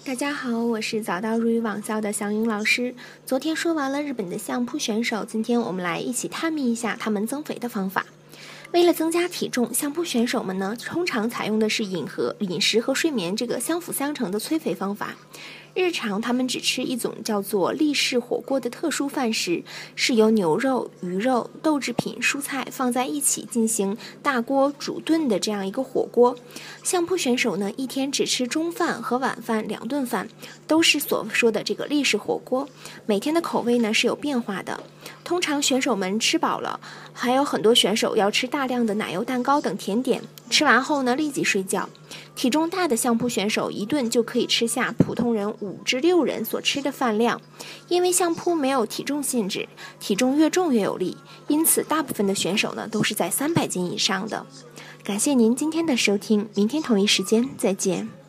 大家好，我是早到日语网校的祥云老师。昨天说完了日本的相扑选手，今天我们来一起探秘一下他们增肥的方法。为了增加体重，相扑选手们呢，通常采用的是饮食和睡眠这个相辅相成的催肥方法。日常他们只吃一种叫做立式火锅的特殊饭食，是由牛肉、鱼肉、豆制品、蔬菜放在一起进行大锅煮炖的这样一个火锅。相扑选手呢，一天只吃中饭和晚饭2顿饭，都是所说的这个立式火锅。每天的口味呢是有变化的。通常选手们吃饱了，还有很多选手要吃大量的奶油蛋糕等甜点，吃完后呢立即睡觉。体重大的相扑选手一顿就可以吃下普通人5至6人所吃的饭量。因为相扑没有体重限制，体重越重越有利，因此大部分的选手呢都是在300斤以上的。感谢您今天的收听，明天同一时间再见。